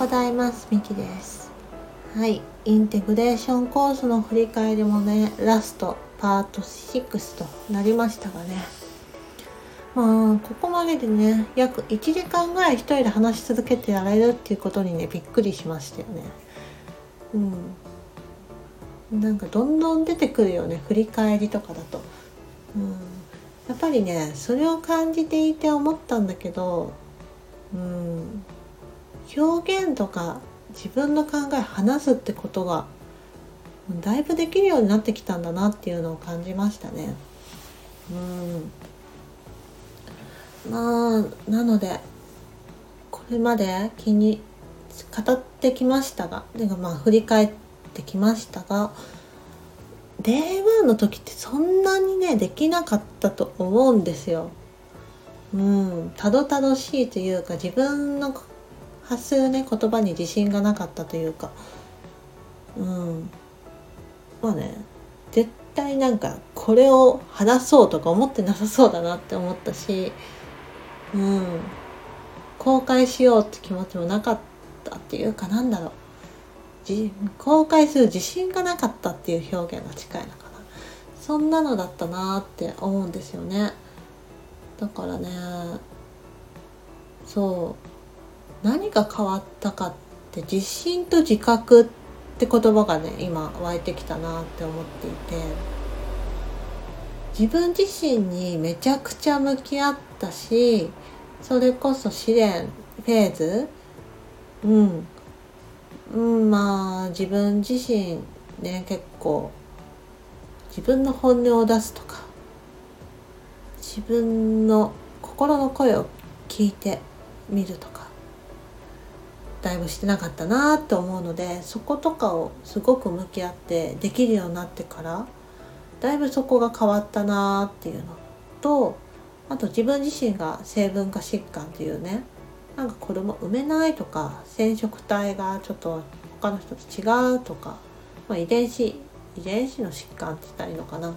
ざいます。みきです。はい、インテグレーションコースの振り返りもね、ラストパート6となりましたがね、ここまででね、約1時間ぐらい一人で話し続けてられるっていうことにね、びっくりしましたよね。なんかどんどん出てくるよね、振り返りとかだと。やっぱりね、それを感じていて思ったんだけど、表現とか自分の考え話すってことがだいぶできるようになってきたんだなっていうのを感じましたね。なのでこれまで気に語ってきましたが、振り返ってきましたが、デイ1の時ってそんなにねできなかったと思うんですよ。たどたどしいというか、自分の発するね言葉に自信がなかったというか、絶対なんかこれを話そうとか思ってなさそうだなって思ったし、公開しようって気持ちもなかったっていうか、公開する自信がなかったっていう表現が近いのかな。そんなのだったなって思うんですよね。だからね、何が変わったかって、自信と自覚って言葉がね今湧いてきたなって思っていて、自分自身にめちゃくちゃ向き合ったし、それこそ試練フェーズ自分自身ね、結構自分の本音を出すとか、自分の心の声を聞いてみるとか、だいぶしてなかったなって思うので、そことかをすごく向き合ってできるようになってから、だいぶそこが変わったなっていうのと、あと自分自身が性分化疾患っていうね、子供産めないとか、染色体がちょっと他の人と違うとか、遺伝子の疾患って言ったらいいのかな。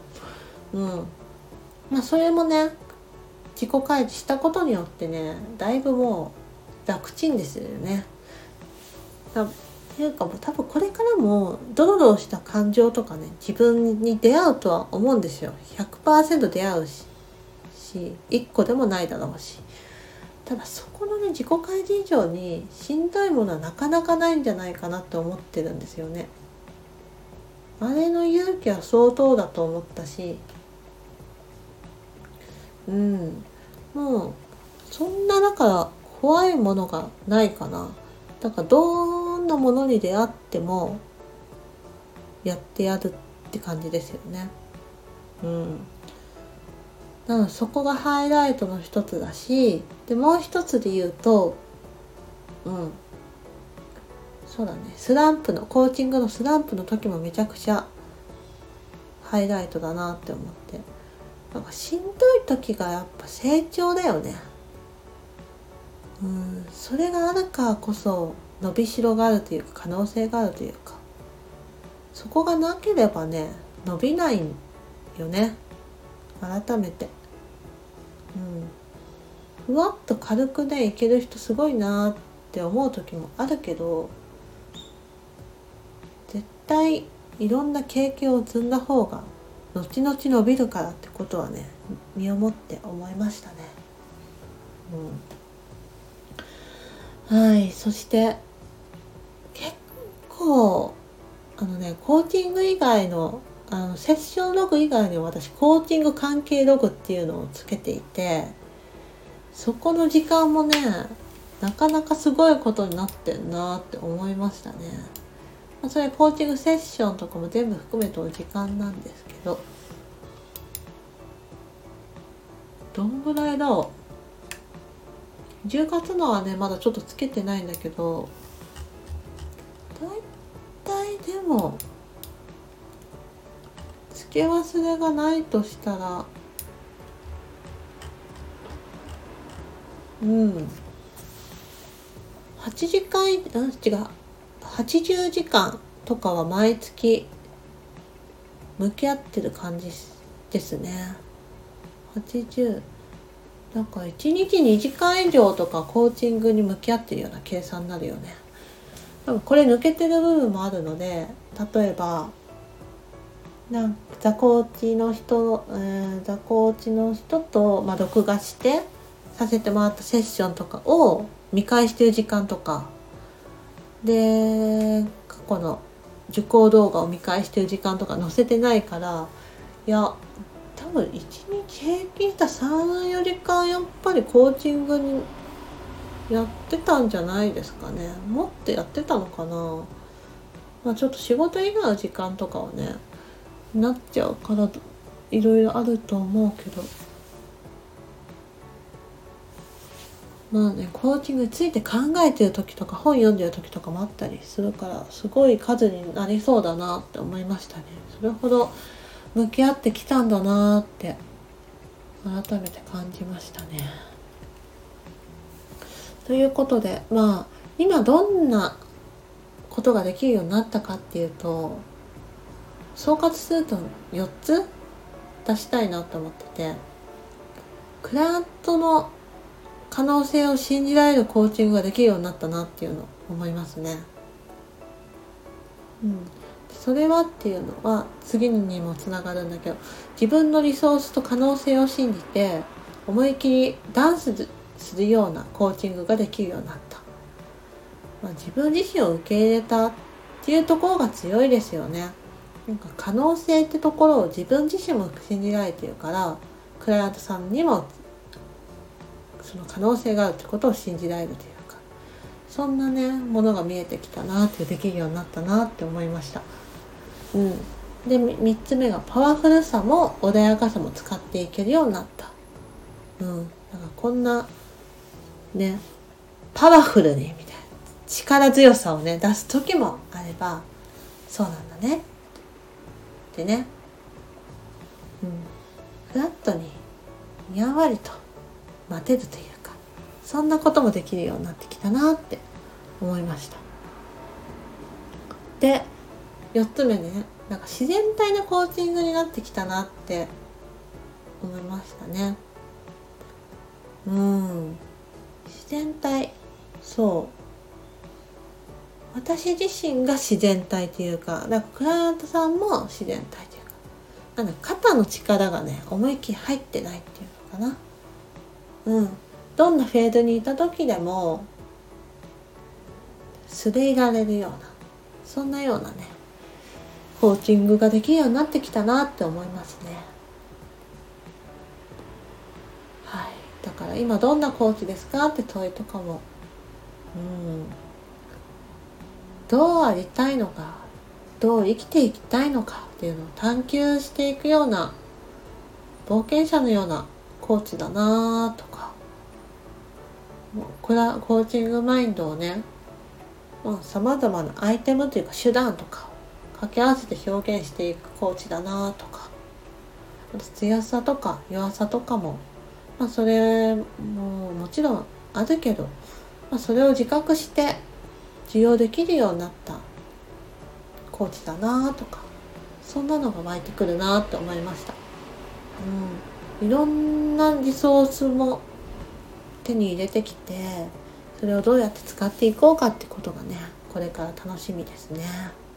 それもね、自己開示したことによってね、だいぶもう楽ちんですよね。っていうか、もう多分これからもドロドロした感情とかね、自分に出会うとは思うんですよ。 100% 出会うし1個でもないだろうし、ただそこのね、自己開示以上にしんどいものはなかなかないんじゃないかなって思ってるんですよね。あれの勇気は相当だと思ったし、もうそんな、だから怖いものがないかな。だからどんなものに出会ってもやってやるって感じですよね。なのでそこがハイライトの一つだし、でもう一つで言うと、そうだね、コーチングのスランプの時もめちゃくちゃハイライトだなって思って、しんどい時がやっぱ成長だよね。それがあるからこそ伸びしろがあるというか、可能性があるというか、そこがなければね伸びないよね。改めてふわっと軽くねいける人すごいなって思う時もあるけど、絶対いろんな経験を積んだ方が後々伸びるからってことはね、身をもって思いましたね。そして結構コーチング以外のセッションログ以外にも私コーチング関係ログっていうのをつけていて、そこの時間もねなかなかすごいことになってんなって思いましたね。それコーチングセッションとかも全部含めて時間なんですけど、どんぐらいだろう。10月のはねまだちょっとつけてないんだけど、だいたいでも付け忘れがないとしたら80時間とかは毎月向き合ってる感じですね。なんか1日2時間以上とかコーチングに向き合ってるような計算になるよね。 多分これ抜けてる部分もあるので、例えば座コーチの人と、録画してさせてもらったセッションとかを見返してる時間とかで、過去の受講動画を見返してる時間とか載せてないから、いや多分1日平均した3、4時間やっぱりコーチングにやってたんじゃないですかね。もっとやってたのかな。ちょっと仕事以外の時間とかはねなっちゃうからいろいろあると思うけど、コーチングについて考えてる時とか本読んでる時とかもあったりするから、すごい数になりそうだなって思いましたね。それほど向き合ってきたんだなって改めて感じましたね。ということで、今どんなことができるようになったかっていうと、総括すると4つ出したいなと思ってて、クライアントの可能性を信じられるコーチングができるようになったなっていうのを思いますね。それはっていうのは次にもつながるんだけど、自分のリソースと可能性を信じて思い切りダンスするようなコーチングができるようになった。自分自身を受け入れたっていうところが強いですよね。可能性ってところを自分自身も信じられているから、クライアントさんにもその可能性があるってことを信じられるというか、そんなものが見えてきたなってできるようになったなって思いました。で3つ目がパワフルさも穏やかさも使っていけるようになった。だからこんなパワフルにみたいな力強さを出す時もあれば、そうなんだねってフラットにやんわりと待てるというか、そんなこともできるようになってきたなって思いました。で4つ目自然体なコーチングになってきたなって思いましたね。自然体、私自身が自然体というか、クライアントさんも自然体というか、肩の力が思いっきり入ってないっていうのかな。どんなフェーズにいた時でも素でいられるような、そんなようなコーチングができるようになってきたなって思いますね。だから今どんなコーチですかって問いとかも、どうありたいのか、どう生きていきたいのかっていうのを探求していくような冒険者のようなコーチだなとか、これはコーチングマインドを様々なアイテムというか手段とかを掛け合わせて表現していくコーチだなとか、強さとか弱さとかもそれももちろんあるけど、それを自覚して受容できるようになったコーチだなとか、そんなのが湧いてくるなって思いました。いろんなリソースも手に入れてきて、それをどうやって使っていこうかってことがこれから楽しみですね。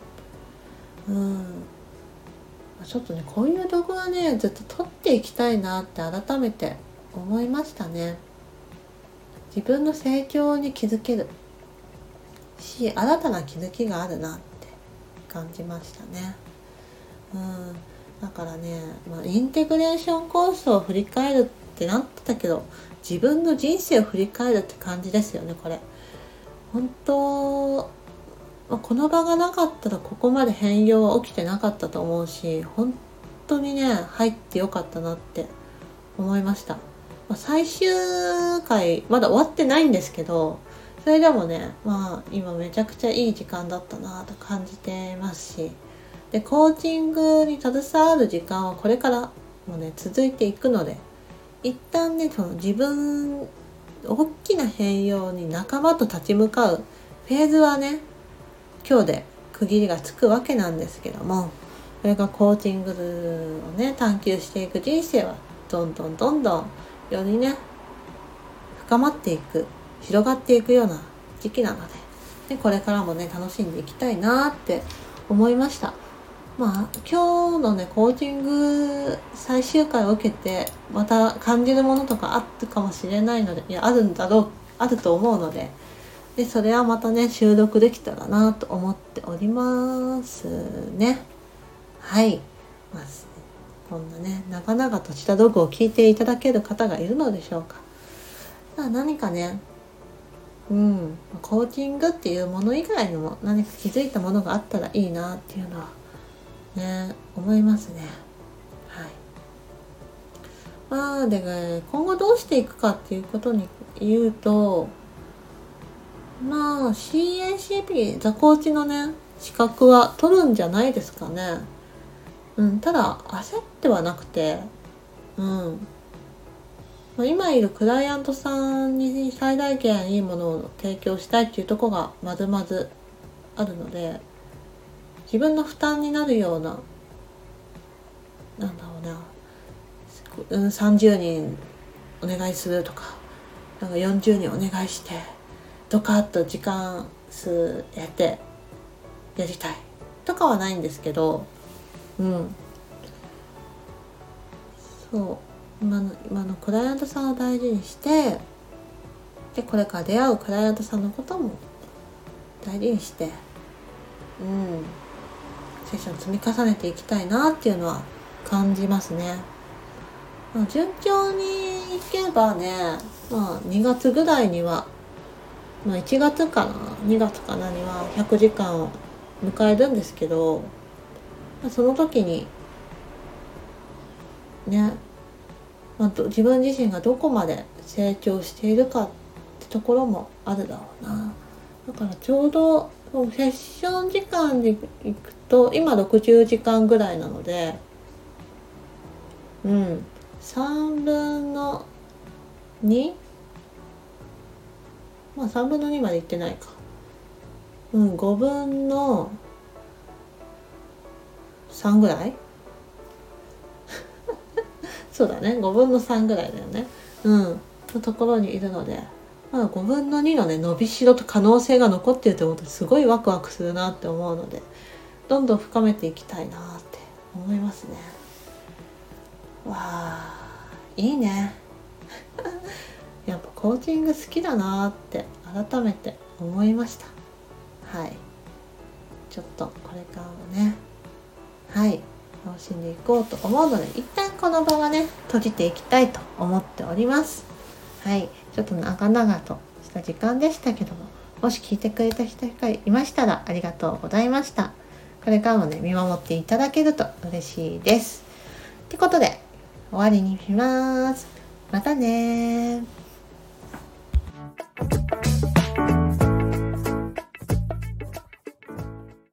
ちょっとこういう動画はずっと撮っていきたいなって改めて思いましたね。自分の成長に気づけるし、新たな気づきがあるなって感じましたね。だからインテグレーションコースを振り返るってなってたけど、自分の人生を振り返るって感じですよね。これ本当、この場がなかったらここまで変容は起きてなかったと思うし、本当に入ってよかったなって思いました。最終回まだ終わってないんですけど、それでも今めちゃくちゃいい時間だったなと感じてますし、でコーチングに携わる時間はこれからも続いていくので、一旦その自分大きな変容に仲間と立ち向かうフェーズは今日で区切りがつくわけなんですけども、これがコーチングを探求していく人生はどんどんより深まっていく、広がっていくような時期なので、 でこれからもね楽しんでいきたいなって思いました。今日のねコーチング最終回を受けてまた感じるものとかあったかもしれないので、あると思うので、それはまたね収録できたらなと思っておりますね。はい、こんなね長々とした道具を聞いていただける方がいるのでしょうか。何かねコーチングっていうもの以外にも何か気づいたものがあったらいいなっていうのはね思いますね。はい。で今後どうしていくかっていうことに言うと、CACP ザコーチのね資格は取るんじゃないですかね。ただ焦ってはなくて、今いるクライアントさんに最大限いいものを提供したいっていうところがまずまずあるので、自分の負担になるような30人お願いするとか、40人お願いしてドカッと時間数やってやりたいとかはないんですけど、今のクライアントさんを大事にして、でこれから出会うクライアントさんのことも大事にして、セッション積み重ねていきたいなっていうのは感じますね。順調にいけばね、2月ぐらいには、1月かな2月かなには100時間を迎えるんですけど、その時にね、自分自身がどこまで成長しているかってところもあるだろうな。だからちょうどセッション時間でいくと今60時間ぐらいなので、3分の 2? 3分の2までいってないか。5分の3ぐらいそうだね、5分の3ぐらいだよね。のところにいるので、まだ5分の2のね伸びしろと可能性が残っていると思うとすごいワクワクするなって思うので、どんどん深めていきたいなって思いますね。いいねやっぱコーチング好きだなって改めて思いました。ちょっとこれからもね楽しんでいこうと思うので、一旦この場はね閉じていきたいと思っております。ちょっと長々とした時間でしたけども、もし聞いてくれた人がいましたらありがとうございました。これからもね見守っていただけると嬉しいです。ってことで終わりにします。またね。